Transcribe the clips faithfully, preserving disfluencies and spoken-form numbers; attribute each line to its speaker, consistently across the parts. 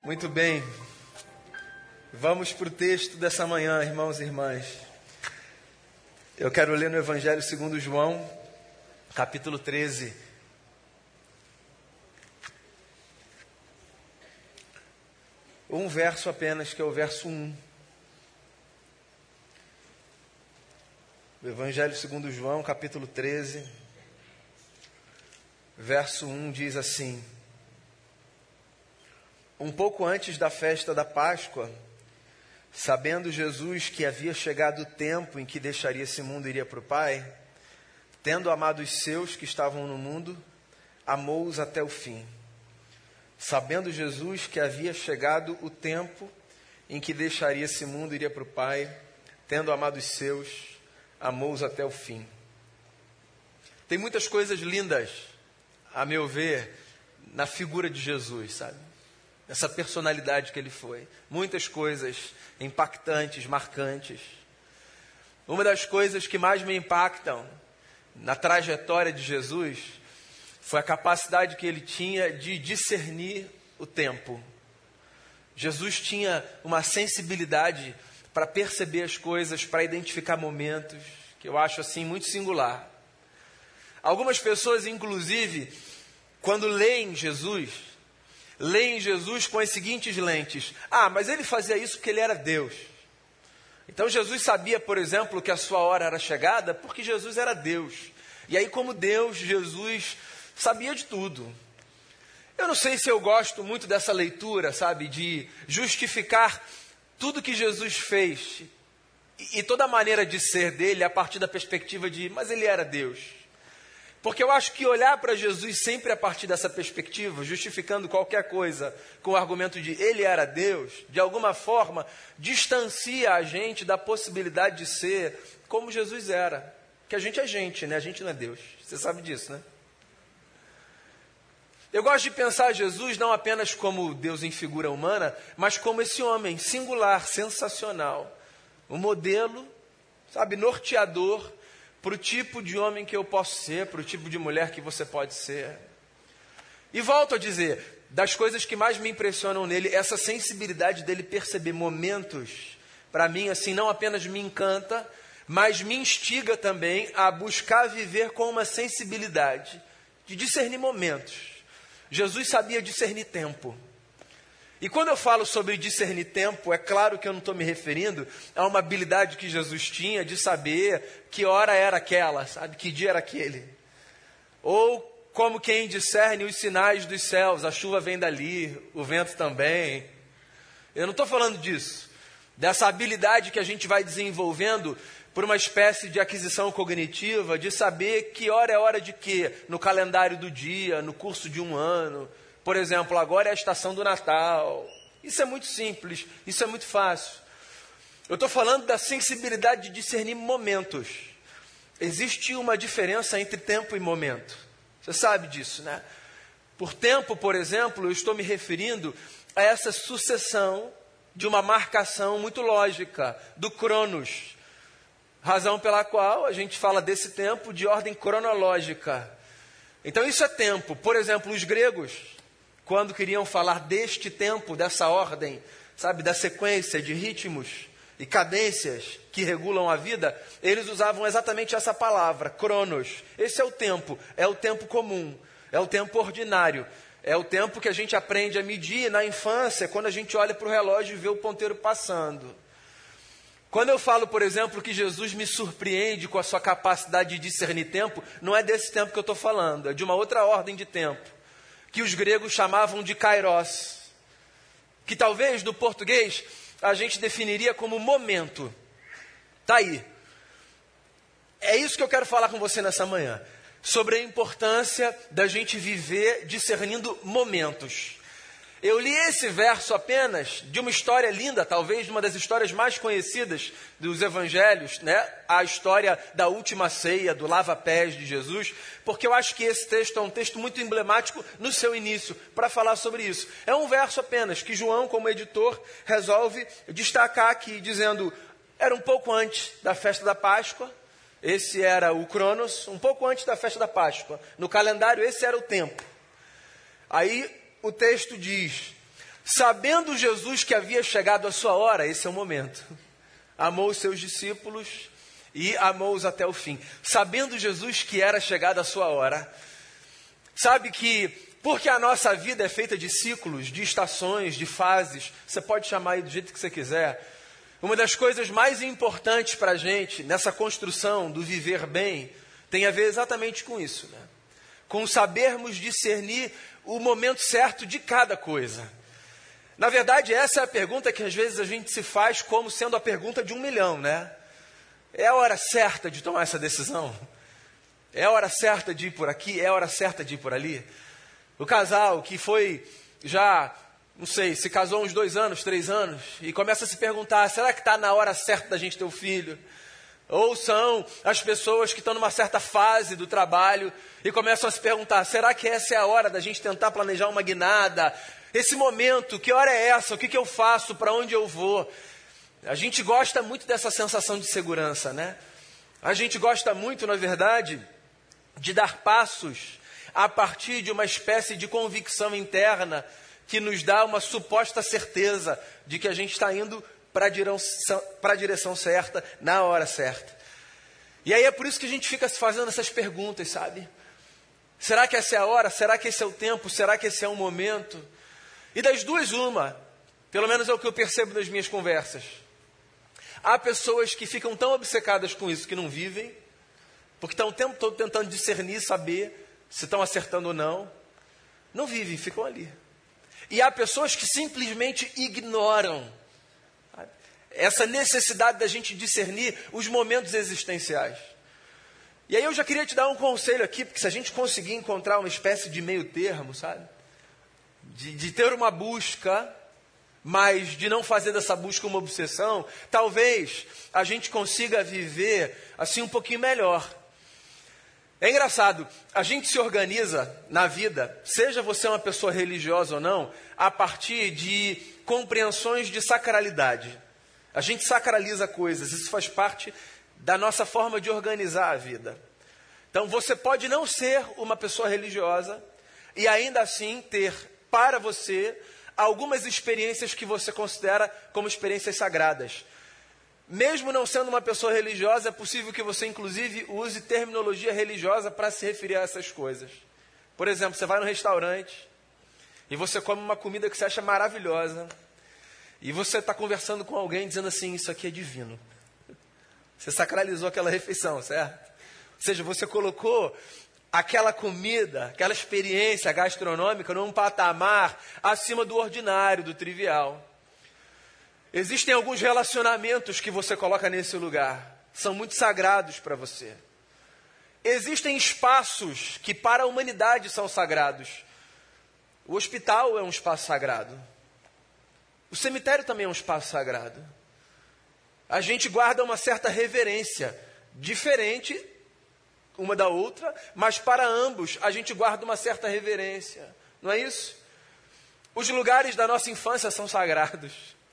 Speaker 1: Muito bem, vamos para o texto dessa manhã, irmãos e irmãs. Eu quero ler no Evangelho segundo João, capítulo treze. Um verso apenas, que é o verso um. O Evangelho segundo João, capítulo treze, verso um diz assim: Um pouco antes da festa da Páscoa, sabendo Jesus que havia chegado o tempo em que deixaria esse mundo e iria para o Pai, tendo amado os seus que estavam no mundo, amou-os até o fim. Sabendo Jesus que havia chegado o tempo em que deixaria esse mundo e iria para o Pai, tendo amado os seus, amou-os até o fim. Tem muitas coisas lindas, a meu ver, na figura de Jesus, sabe? Essa personalidade que ele foi. Muitas coisas impactantes, marcantes. Uma das coisas que mais me impactam na trajetória de Jesus foi a capacidade que ele tinha de discernir o tempo. Jesus tinha uma sensibilidade para perceber as coisas, para identificar momentos, que eu acho assim muito singular. Algumas pessoas, inclusive, quando leem Jesus, leem Jesus com as seguintes lentes: ah, mas ele fazia isso porque ele era Deus. Então Jesus sabia, por exemplo, que a sua hora era chegada porque Jesus era Deus. E aí, como Deus, Jesus sabia de tudo. Eu não sei se eu gosto muito dessa leitura, sabe, de justificar tudo que Jesus fez e, e toda a maneira de ser dele a partir da perspectiva de, mas ele era Deus. Porque eu acho que olhar para Jesus sempre a partir dessa perspectiva, justificando qualquer coisa com o argumento de ele era Deus, de alguma forma distancia a gente da possibilidade de ser como Jesus era. Que a gente é gente, né? A gente não é Deus. Você sabe disso, né? Eu gosto de pensar Jesus não apenas como Deus em figura humana, mas como esse homem singular, sensacional. Um modelo, sabe, norteador para o tipo de homem que eu posso ser, para o tipo de mulher que você pode ser. E volto a dizer, das coisas que mais me impressionam nele, essa sensibilidade dele perceber momentos, para mim, assim, não apenas me encanta, mas me instiga também a buscar viver com uma sensibilidade de discernir momentos. Jesus sabia discernir tempo. E quando eu falo sobre discernir tempo, é claro que eu não estou me referindo a uma habilidade que Jesus tinha de saber que hora era aquela, sabe? Que dia era aquele. Ou como quem discerne os sinais dos céus, a chuva vem dali, o vento também. Eu não estou falando disso. Dessa habilidade que a gente vai desenvolvendo por uma espécie de aquisição cognitiva, de saber que hora é hora de quê? No calendário do dia, no curso de um ano. Por exemplo, agora é a estação do Natal. Isso é muito simples, isso é muito fácil. Eu estou falando da sensibilidade de discernir momentos. Existe uma diferença entre tempo e momento. Você sabe disso, né? Por tempo, por exemplo, eu estou me referindo a essa sucessão de uma marcação muito lógica, do Cronos. Razão pela qual a gente fala desse tempo de ordem cronológica. Então isso é tempo. Por exemplo, os gregos, quando queriam falar deste tempo, dessa ordem, sabe, da sequência de ritmos e cadências que regulam a vida, eles usavam exatamente essa palavra, cronos. Esse é o tempo, é o tempo comum, é o tempo ordinário, é o tempo que a gente aprende a medir na infância, quando a gente olha para o relógio e vê o ponteiro passando. Quando eu falo, por exemplo, que Jesus me surpreende com a sua capacidade de discernir tempo, não é desse tempo que eu estou falando, é de uma outra ordem de tempo, que os gregos chamavam de kairos, que talvez no português a gente definiria como momento. Está aí. É isso que eu quero falar com você nessa manhã, sobre a importância da gente viver discernindo momentos. Eu li esse verso apenas de uma história linda, talvez de uma das histórias mais conhecidas dos evangelhos, né? A história da última ceia, do lava-pés de Jesus, porque eu acho que esse texto é um texto muito emblemático no seu início, para falar sobre isso. É um verso apenas que João, como editor, resolve destacar aqui, dizendo, era um pouco antes da festa da Páscoa, esse era o Cronos, um pouco antes da festa da Páscoa. No calendário, esse era o tempo. Aí o texto diz, Sabendo Jesus que havia chegado a sua hora, esse é o momento. Amou os seus discípulos e amou-os até o fim. Sabendo Jesus que era chegada a sua hora, sabe que, porque a nossa vida é feita de ciclos, de estações, de fases, você pode chamar aí do jeito que você quiser. Uma das coisas mais importantes para a gente, nessa construção do viver bem, tem a ver exatamente com isso, né? Com sabermos discernir o momento certo de cada coisa. Na verdade, essa é a pergunta que às vezes a gente se faz como sendo a pergunta de um milhão, né? É a hora certa de tomar essa decisão? É a hora certa de ir por aqui? É a hora certa de ir por ali? O casal que foi já, não sei, se casou há uns dois anos, três anos, e começa a se perguntar, será que está na hora certa da gente ter um filho? Ou são as pessoas que estão numa certa fase do trabalho e começam a se perguntar, será que essa é a hora da gente tentar planejar uma guinada? Esse momento, que hora é essa? O que, que eu faço? Para onde eu vou? A gente gosta muito dessa sensação de segurança, né? A gente gosta muito, na verdade, de dar passos a partir de uma espécie de convicção interna que nos dá uma suposta certeza de que a gente está indo para a direção, para a direção certa, na hora certa. E aí é por isso que a gente fica se fazendo essas perguntas, sabe? Será que essa é a hora? Será que esse é o tempo? Será que esse é o momento? E das duas, uma, pelo menos é o que eu percebo das minhas conversas. Há pessoas que ficam tão obcecadas com isso que não vivem, porque estão o tempo todo tentando discernir, saber se estão acertando ou não. Não vivem, ficam ali. E há pessoas que simplesmente ignoram essa necessidade da gente discernir os momentos existenciais. E aí eu já queria te dar um conselho aqui, porque se a gente conseguir encontrar uma espécie de meio termo, sabe? De, de ter uma busca, mas de não fazer dessa busca uma obsessão, talvez a gente consiga viver assim um pouquinho melhor. É engraçado, a gente se organiza na vida, seja você uma pessoa religiosa ou não, a partir de compreensões de sacralidade. A gente sacraliza coisas, isso faz parte da nossa forma de organizar a vida. Então você pode não ser uma pessoa religiosa e ainda assim ter para você algumas experiências que você considera como experiências sagradas. Mesmo não sendo uma pessoa religiosa, é possível que você inclusive use terminologia religiosa para se referir a essas coisas. Por exemplo, você vai no restaurante e você come uma comida que você acha maravilhosa e você está conversando com alguém dizendo assim, isso aqui é divino. Você sacralizou aquela refeição, certo? Ou seja, você colocou aquela comida, aquela experiência gastronômica num patamar acima do ordinário, do trivial. Existem alguns relacionamentos que você coloca nesse lugar. São muito sagrados para você. Existem espaços que para a humanidade são sagrados. O hospital é um espaço sagrado. O cemitério também é um espaço sagrado. A gente guarda uma certa reverência, diferente uma da outra, mas para ambos a gente guarda uma certa reverência. Não é isso? Os lugares da nossa infância são sagrados.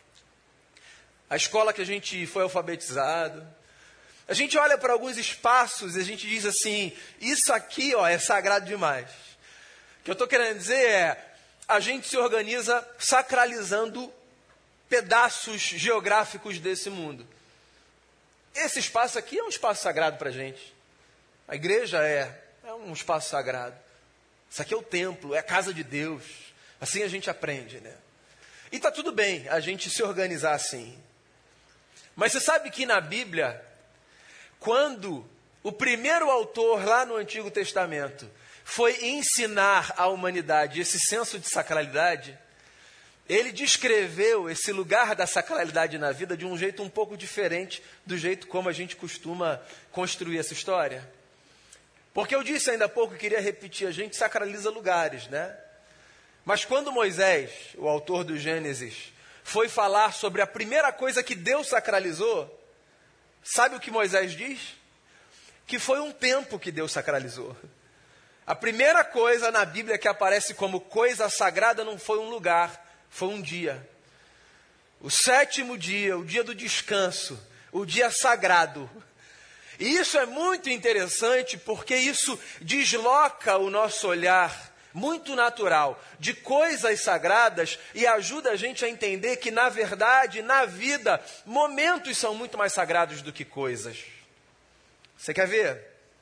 Speaker 1: A escola que a gente foi alfabetizado. A gente olha para alguns espaços e a gente diz assim, isso aqui ó, é sagrado demais. O que eu estou querendo dizer é, a gente se organiza sacralizando pedaços geográficos desse mundo. Esse espaço aqui é um espaço sagrado para a gente. A igreja é, é um espaço sagrado. Isso aqui é o templo, é a casa de Deus. Assim a gente aprende, né? E está tudo bem a gente se organizar assim. Mas você sabe que na Bíblia, quando o primeiro autor lá no Antigo Testamento foi ensinar à humanidade esse senso de sacralidade, ele descreveu esse lugar da sacralidade na vida de um jeito um pouco diferente do jeito como a gente costuma construir essa história. Porque eu disse ainda há pouco, e queria repetir, a gente sacraliza lugares, né? Mas quando Moisés, o autor do Gênesis, foi falar sobre a primeira coisa que Deus sacralizou, sabe o que Moisés diz? Que foi um tempo que Deus sacralizou. A primeira coisa na Bíblia que aparece como coisa sagrada não foi um lugar, foi um dia. O sétimo dia, o dia do descanso, o dia sagrado. E isso é muito interessante porque isso desloca o nosso olhar muito natural de coisas sagradas e ajuda a gente a entender que, na verdade, na vida, momentos são muito mais sagrados do que coisas. Você quer ver?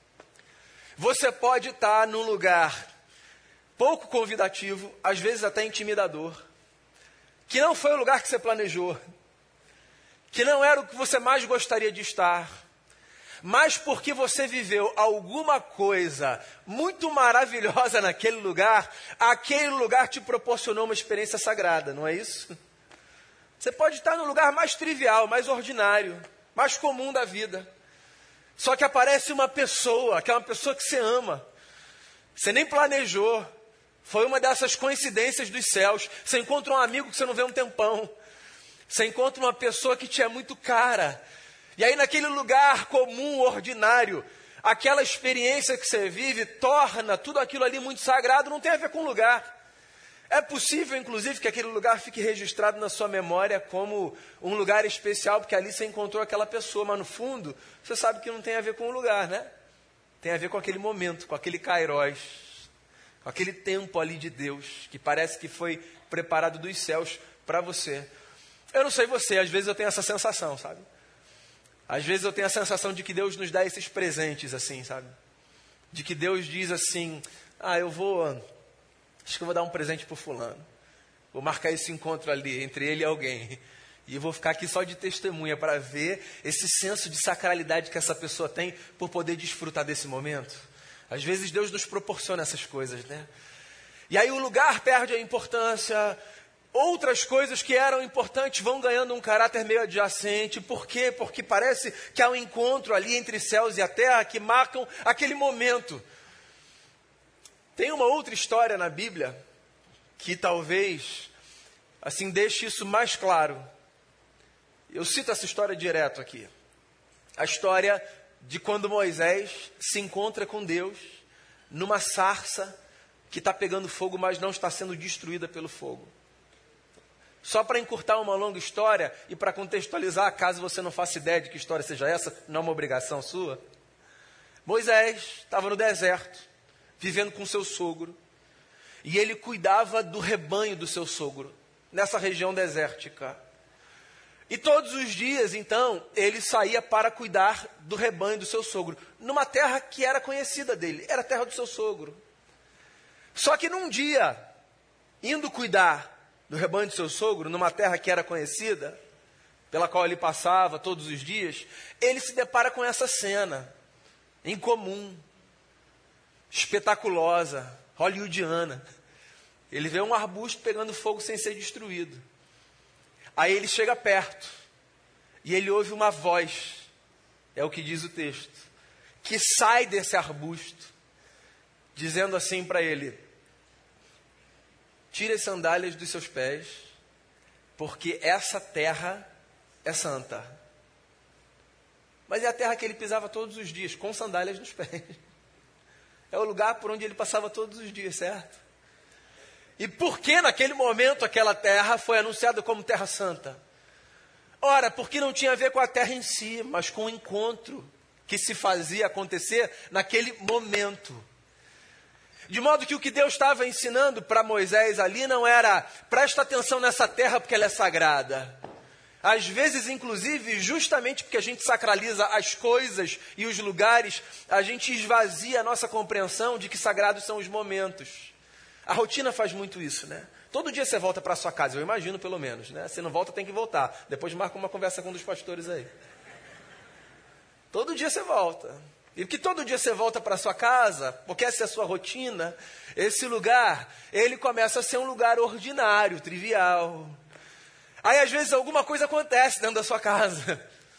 Speaker 1: Você pode estar num lugar pouco convidativo, às vezes até intimidador, que não foi o lugar que você planejou, que não era o que você mais gostaria de estar, mas porque você viveu alguma coisa muito maravilhosa naquele lugar, aquele lugar te proporcionou uma experiência sagrada, não é isso? Você pode estar no lugar mais trivial, mais ordinário, mais comum da vida, só que aparece uma pessoa, que é uma pessoa que você ama, você nem planejou, foi uma dessas coincidências dos céus. Você encontra um amigo que você não vê há um tempão, você encontra uma pessoa que te é muito cara, e aí naquele lugar comum, ordinário, aquela experiência que você vive torna tudo aquilo ali muito sagrado, não tem a ver com o lugar. É possível, inclusive, que aquele lugar fique registrado na sua memória como um lugar especial, porque ali você encontrou aquela pessoa, mas no fundo, você sabe que não tem a ver com o lugar, né? Tem a ver com aquele momento, com aquele kairos, com aquele tempo ali de Deus, que parece que foi preparado dos céus para você. Eu não sei você, às vezes eu tenho essa sensação, sabe? Às vezes eu tenho a sensação de que Deus nos dá esses presentes assim, sabe? De que Deus diz assim, ah, eu vou, acho que eu vou dar um presente para o fulano. Vou marcar esse encontro ali, entre ele e alguém. E eu vou ficar aqui só de testemunha para ver esse senso de sacralidade que essa pessoa tem por poder desfrutar desse momento. Às vezes Deus nos proporciona essas coisas, né? E aí o lugar perde a importância. Outras coisas que eram importantes vão ganhando um caráter meio adjacente. Por quê? Porque parece que há um encontro ali entre céus e a terra que marcam aquele momento. Tem uma outra história na Bíblia que talvez assim deixe isso mais claro. Eu cito essa história direto aqui. A história de quando Moisés se encontra com Deus numa sarça que está pegando fogo, mas não está sendo destruída pelo fogo. Só para encurtar uma longa história e para contextualizar, caso você não faça ideia de que história seja essa, não é uma obrigação sua. Moisés estava no deserto, vivendo com seu sogro, e ele cuidava do rebanho do seu sogro, nessa região desértica. E todos os dias, então, ele saía para cuidar do rebanho do seu sogro, numa terra que era conhecida dele, era a terra do seu sogro. Só que num dia, indo cuidar do rebanho do seu sogro, numa terra que era conhecida, pela qual ele passava todos os dias, ele se depara com essa cena, incomum, espetaculosa, hollywoodiana. Ele vê um arbusto pegando fogo sem ser destruído. Aí ele chega perto, e ele ouve uma voz, é o que diz o texto, que sai desse arbusto, dizendo assim para ele: tire as sandálias dos seus pés, porque essa terra é santa. Mas é a terra que ele pisava todos os dias, com sandálias nos pés. É o lugar por onde ele passava todos os dias, certo? E por que naquele momento aquela terra foi anunciada como terra santa? Ora, porque não tinha a ver com a terra em si, mas com o encontro que se fazia acontecer naquele momento. De modo que o que Deus estava ensinando para Moisés ali não era: presta atenção nessa terra porque ela é sagrada. Às vezes, inclusive, justamente porque a gente sacraliza as coisas e os lugares, a gente esvazia a nossa compreensão de que sagrados são os momentos. A rotina faz muito isso, né? Todo dia você volta para sua casa, eu imagino pelo menos, né? Se não volta, tem que voltar. Depois marca uma conversa com um dos pastores aí. Todo dia você volta. E porque todo dia você volta para sua casa, porque essa é a sua rotina, esse lugar, ele começa a ser um lugar ordinário, trivial. Aí às vezes alguma coisa acontece dentro da sua casa,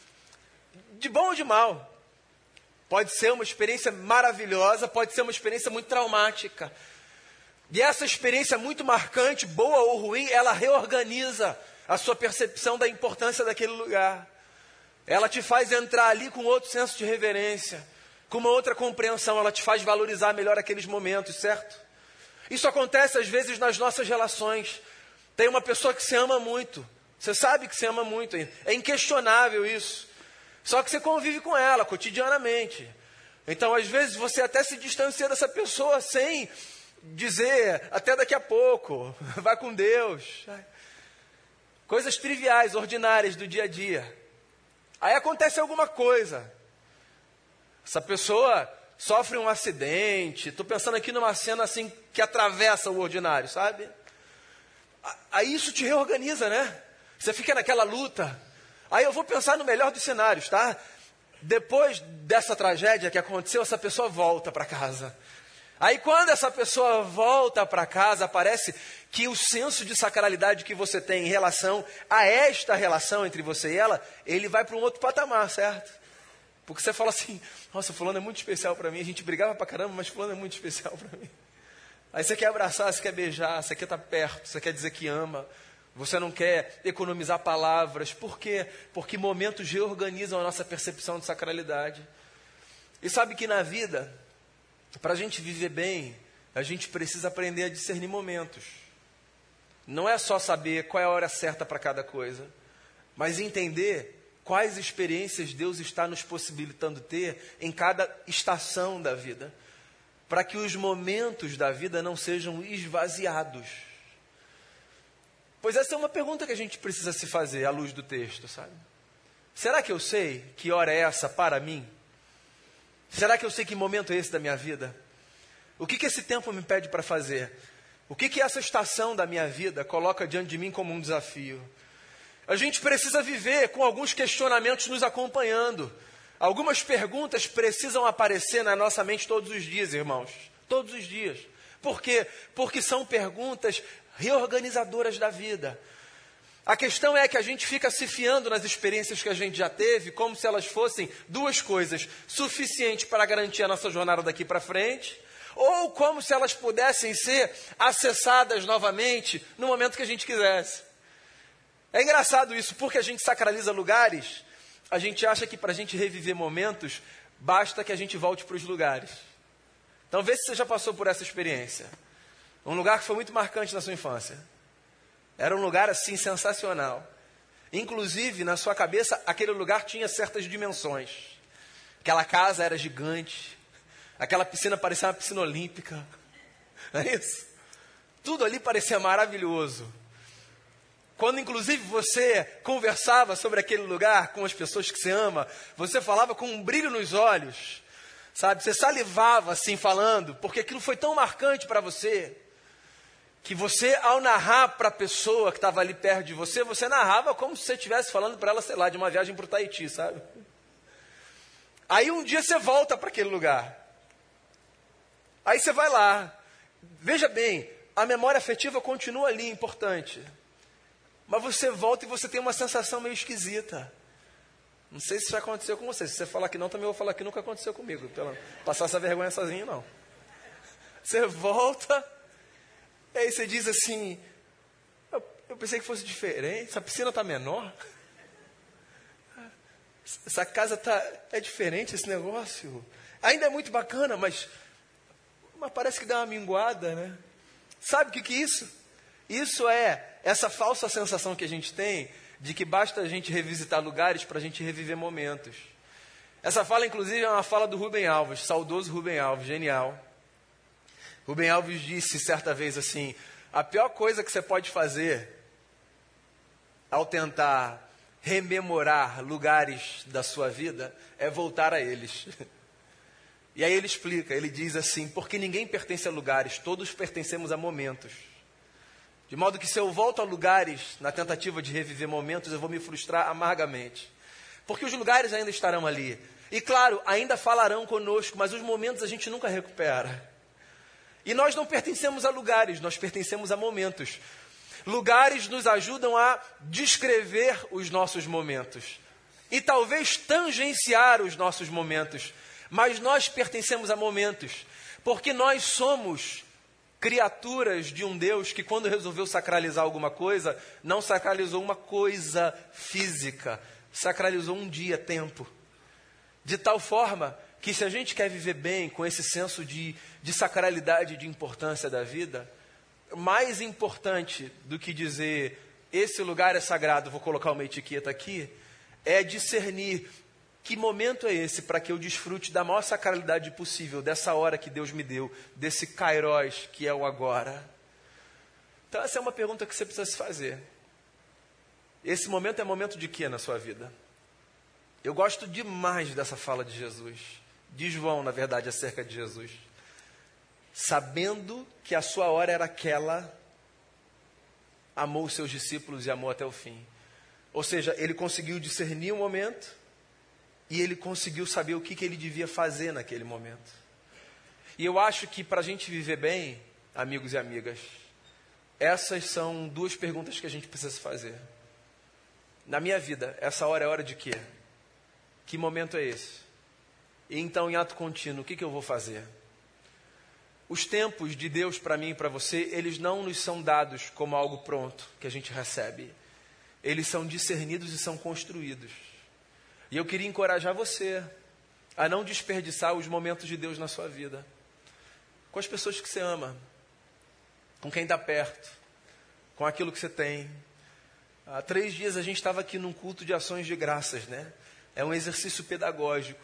Speaker 1: de bom ou de mal. Pode ser uma experiência maravilhosa, pode ser uma experiência muito traumática. E essa experiência muito marcante, boa ou ruim, ela reorganiza a sua percepção da importância daquele lugar. Ela te faz entrar ali com outro senso de reverência, com uma outra compreensão, ela te faz valorizar melhor aqueles momentos, certo? Isso acontece às vezes nas nossas relações. Tem uma pessoa que você ama muito, você sabe que você ama muito, é inquestionável isso. Só que você convive com ela cotidianamente. Então às vezes você até se distancia dessa pessoa sem dizer até daqui a pouco, vai com Deus. Coisas triviais, ordinárias do dia a dia. Aí acontece alguma coisa. Essa pessoa sofre um acidente. Estou pensando aqui numa cena assim que atravessa o ordinário, sabe? Aí isso te reorganiza, né? Você fica naquela luta. Aí eu vou pensar no melhor dos cenários, tá? Depois dessa tragédia que aconteceu, essa pessoa volta para casa. Aí quando essa pessoa volta para casa, parece que o senso de sacralidade que você tem em relação a esta relação entre você e ela, ele vai para um outro patamar, certo? Porque você fala assim, nossa, fulano é muito especial para mim, a gente brigava para caramba, mas fulano é muito especial para mim. Aí você quer abraçar, você quer beijar, você quer estar perto, você quer dizer que ama, você não quer economizar palavras. Por quê? Porque momentos reorganizam a nossa percepção de sacralidade. E sabe que na vida, para a gente viver bem, a gente precisa aprender a discernir momentos. Não é só saber qual é a hora certa para cada coisa, mas entender quais experiências Deus está nos possibilitando ter em cada estação da vida, para que os momentos da vida não sejam esvaziados. Pois essa é uma pergunta que a gente precisa se fazer à luz do texto, sabe? Será que eu sei que hora é essa para mim? Será que eu sei que momento é esse da minha vida? O que, que esse tempo me pede para fazer? O que, que essa estação da minha vida coloca diante de mim como um desafio? A gente precisa viver com alguns questionamentos nos acompanhando. Algumas perguntas precisam aparecer na nossa mente todos os dias, irmãos. Todos os dias. Por quê? Porque são perguntas reorganizadoras da vida. A questão é que a gente fica se fiando nas experiências que a gente já teve, como se elas fossem duas coisas suficientes para garantir a nossa jornada daqui para frente, ou como se elas pudessem ser acessadas novamente no momento que a gente quisesse. É engraçado isso, porque a gente sacraliza lugares, a gente acha que para a gente reviver momentos, basta que a gente volte para os lugares. Então vê se você já passou por essa experiência. Um lugar que foi muito marcante na sua infância. Era um lugar assim sensacional. Inclusive, na sua cabeça, aquele lugar tinha certas dimensões. Aquela casa era gigante. Aquela piscina parecia uma piscina olímpica. Não é isso? Tudo ali parecia maravilhoso. Quando inclusive você conversava sobre aquele lugar com as pessoas que você ama, você falava com um brilho nos olhos, sabe? Você salivava assim falando, porque aquilo foi tão marcante para você, que você, ao narrar para a pessoa que estava ali perto de você, você narrava como se você estivesse falando para ela, sei lá, de uma viagem para o Tahiti, sabe? Aí um dia você volta para aquele lugar. Aí você vai lá. Veja bem, a memória afetiva continua ali, importante. Mas você volta e você tem uma sensação meio esquisita. Não sei se isso já aconteceu com você. Se você falar que não, também eu vou falar que nunca aconteceu comigo. Pela, passar essa vergonha sozinho, não. Você volta, e aí você diz assim, eu, eu pensei que fosse diferente, essa piscina está menor. Essa casa tá, é diferente, esse negócio. Ainda é muito bacana, mas, mas parece que dá uma minguada, né? Sabe o que, que é isso? Isso é essa falsa sensação que a gente tem de que basta a gente revisitar lugares para a gente reviver momentos. Essa fala, inclusive, é uma fala do Rubem Alves, saudoso Rubem Alves, genial. Rubem Alves disse certa vez assim, a pior coisa que você pode fazer ao tentar rememorar lugares da sua vida é voltar a eles. E aí ele explica, ele diz assim, porque ninguém pertence a lugares, todos pertencemos a momentos. De modo que se eu volto a lugares na tentativa de reviver momentos, eu vou me frustrar amargamente. Porque os lugares ainda estarão ali. E claro, ainda falarão conosco, mas os momentos a gente nunca recupera. E nós não pertencemos a lugares, nós pertencemos a momentos. Lugares nos ajudam a descrever os nossos momentos. E talvez tangenciar os nossos momentos. Mas nós pertencemos a momentos. Porque nós somos criaturas de um Deus que, quando resolveu sacralizar alguma coisa, não sacralizou uma coisa física, sacralizou um dia, tempo. De tal forma que, se a gente quer viver bem com esse senso de, de sacralidade, de importância da vida, mais importante do que dizer, esse lugar é sagrado, vou colocar uma etiqueta aqui, é discernir Que momento é esse para que eu desfrute da maior sacralidade possível, dessa hora que Deus me deu, desse kairos que é o agora? Então essa é uma pergunta que você precisa se fazer. Esse momento é momento de quê na sua vida? Eu gosto demais dessa fala de Jesus, de João, na verdade, acerca de Jesus. Sabendo que a sua hora era aquela, amou os seus discípulos e amou até o fim. Ou seja, ele conseguiu discernir o momento e ele conseguiu saber o que, que ele devia fazer naquele momento. E eu acho que para a gente viver bem, amigos e amigas, essas são duas perguntas que a gente precisa fazer. Na minha vida, essa hora é hora de quê? Que momento é esse? E então, em ato contínuo, o que, que eu vou fazer? Os tempos de Deus para mim e para você, eles não nos são dados como algo pronto que a gente recebe. Eles são discernidos e são construídos. E eu queria encorajar você a não desperdiçar os momentos de Deus na sua vida. Com as pessoas que você ama, com quem está perto, com aquilo que você tem. Há três dias a gente estava aqui num culto de ações de graças, né? É um exercício pedagógico.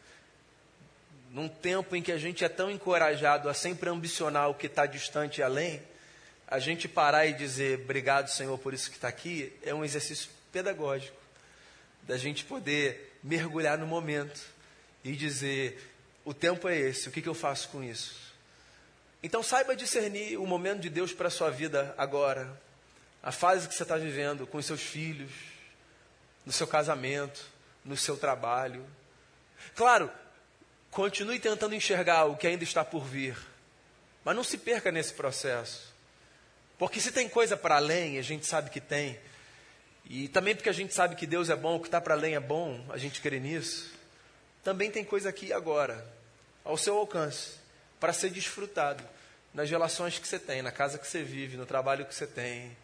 Speaker 1: Num tempo em que a gente é tão encorajado a sempre ambicionar o que está distante e além, a gente parar e dizer obrigado, Senhor, por isso que está aqui, é um exercício pedagógico. Da gente poder mergulhar no momento e dizer, o tempo é esse, o que, que eu faço com isso? Então saiba discernir o momento de Deus para a sua vida agora. A fase que você está vivendo com os seus filhos, no seu casamento, no seu trabalho. Claro, continue tentando enxergar o que ainda está por vir, mas não se perca nesse processo. Porque se tem coisa para além, a gente sabe que tem, e também porque a gente sabe que Deus é bom, o que está para além é bom, a gente crê nisso, também tem coisa aqui e agora, ao seu alcance, para ser desfrutado, nas relações que você tem, na casa que você vive, no trabalho que você tem,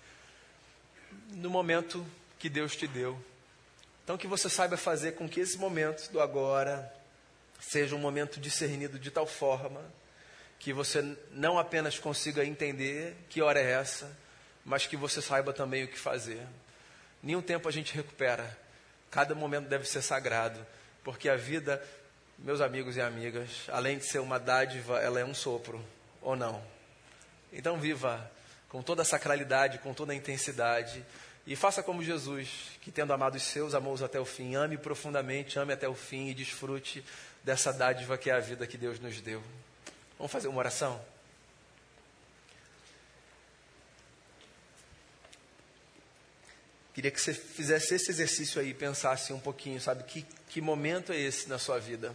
Speaker 1: no momento que Deus te deu. Então que você saiba fazer com que esse momento do agora seja um momento discernido de tal forma que você não apenas consiga entender que hora é essa, mas que você saiba também o que fazer. Nenhum tempo a gente recupera. Cada momento deve ser sagrado, porque a vida, meus amigos e amigas, além de ser uma dádiva, ela é um sopro, ou não? Então viva com toda a sacralidade, com toda a intensidade, e faça como Jesus, que tendo amado os seus, amou-os até o fim. Ame profundamente, ame até o fim e desfrute dessa dádiva que é a vida que Deus nos deu. Vamos fazer uma oração? Queria que você fizesse esse exercício aí, pensasse um pouquinho, sabe? Que, que momento é esse na sua vida?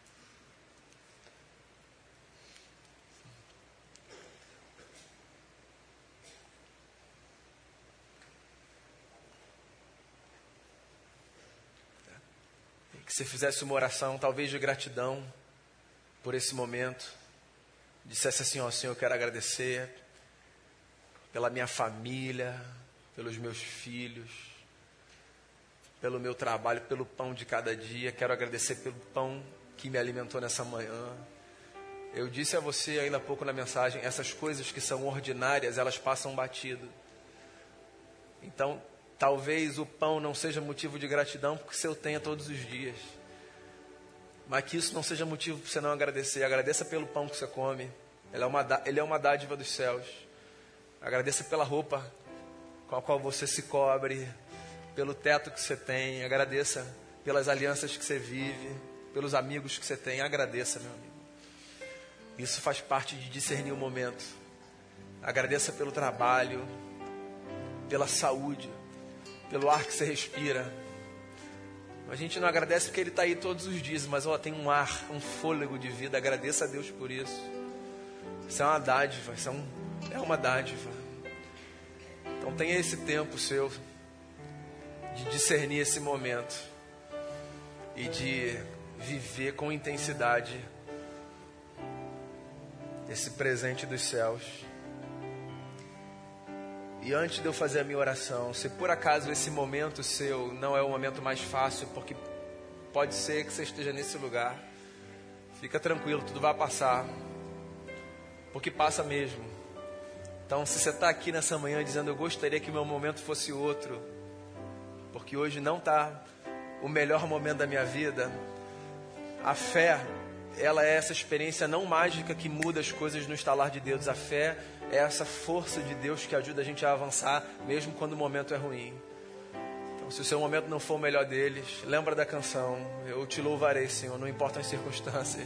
Speaker 1: Que você fizesse uma oração, talvez de gratidão por esse momento. Dissesse assim, ó, Senhor, eu quero agradecer pela minha família, pelos meus filhos, pelo meu trabalho, pelo pão de cada dia. Quero agradecer pelo pão que me alimentou nessa manhã. Eu disse a você ainda há pouco na mensagem, essas coisas que são ordinárias, elas passam batido. Então, talvez o pão não seja motivo de gratidão, porque você o tenha todos os dias. Mas que isso não seja motivo para você não agradecer. Agradeça pelo pão que você come. Ele é uma, ele é uma dádiva dos céus. Agradeça pela roupa com a qual você se cobre, pelo teto que você tem. Agradeça pelas alianças que você vive, pelos amigos que você tem. Agradeça, meu amigo. Isso faz parte de discernir o momento. Agradeça pelo trabalho, pela saúde, pelo ar que você respira. A gente não agradece porque Ele está aí todos os dias, mas ó, tem um ar, um fôlego de vida. Agradeça a Deus por isso. Isso é uma dádiva, isso é, um, é uma dádiva. Então tenha esse tempo seu de discernir esse momento e de viver com intensidade esse presente dos céus. E antes de eu fazer a minha oração, se por acaso esse momento seu não é o momento mais fácil, porque pode ser que você esteja nesse lugar, fica tranquilo, tudo vai passar, porque passa mesmo. Então se você está aqui nessa manhã dizendo, eu gostaria que meu momento fosse outro, porque hoje não está, o melhor momento da minha vida. A fé, ela é essa experiência não mágica que muda as coisas no estalar de dedos. A fé é essa força de Deus que ajuda a gente a avançar, mesmo quando o momento é ruim. Então, se o seu momento não for o melhor deles, lembra da canção, eu te louvarei, Senhor, não importam as circunstâncias.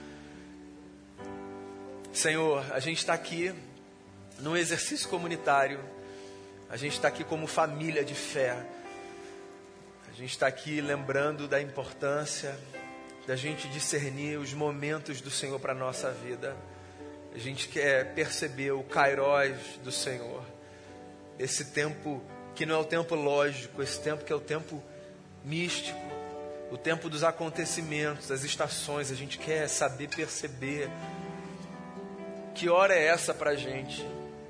Speaker 1: Senhor, a gente está aqui num exercício comunitário, a gente está aqui como família de fé, a gente está aqui lembrando da importância da gente discernir os momentos do Senhor para a nossa vida. A gente quer perceber o Kairos do Senhor, esse tempo que não é o tempo lógico, esse tempo que é o tempo místico, o tempo dos acontecimentos, das estações. A gente quer saber perceber que hora é essa para a gente,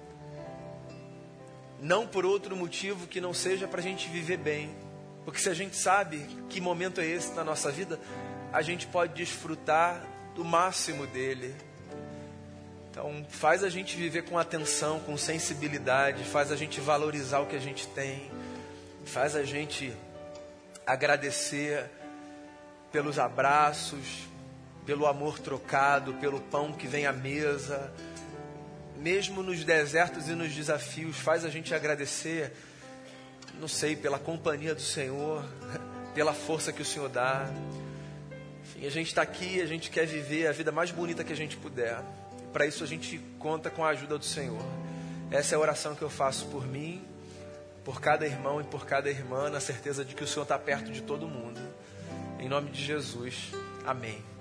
Speaker 1: não por outro motivo que não seja para a gente viver bem, porque se a gente sabe que momento é esse na nossa vida, a gente pode desfrutar do máximo dele. Então faz a gente viver com atenção, com sensibilidade, faz a gente valorizar o que a gente tem, faz a gente agradecer pelos abraços, pelo amor trocado, pelo pão que vem à mesa, mesmo nos desertos e nos desafios. Faz a gente agradecer, não sei, pela companhia do Senhor, pela força que o Senhor dá. Enfim, a gente está aqui, a gente quer viver a vida mais bonita que a gente puder. Para isso a gente conta com a ajuda do Senhor. Essa é a oração que eu faço por mim, por cada irmão e por cada irmã, na certeza de que o Senhor está perto de todo mundo. Em nome de Jesus, amém.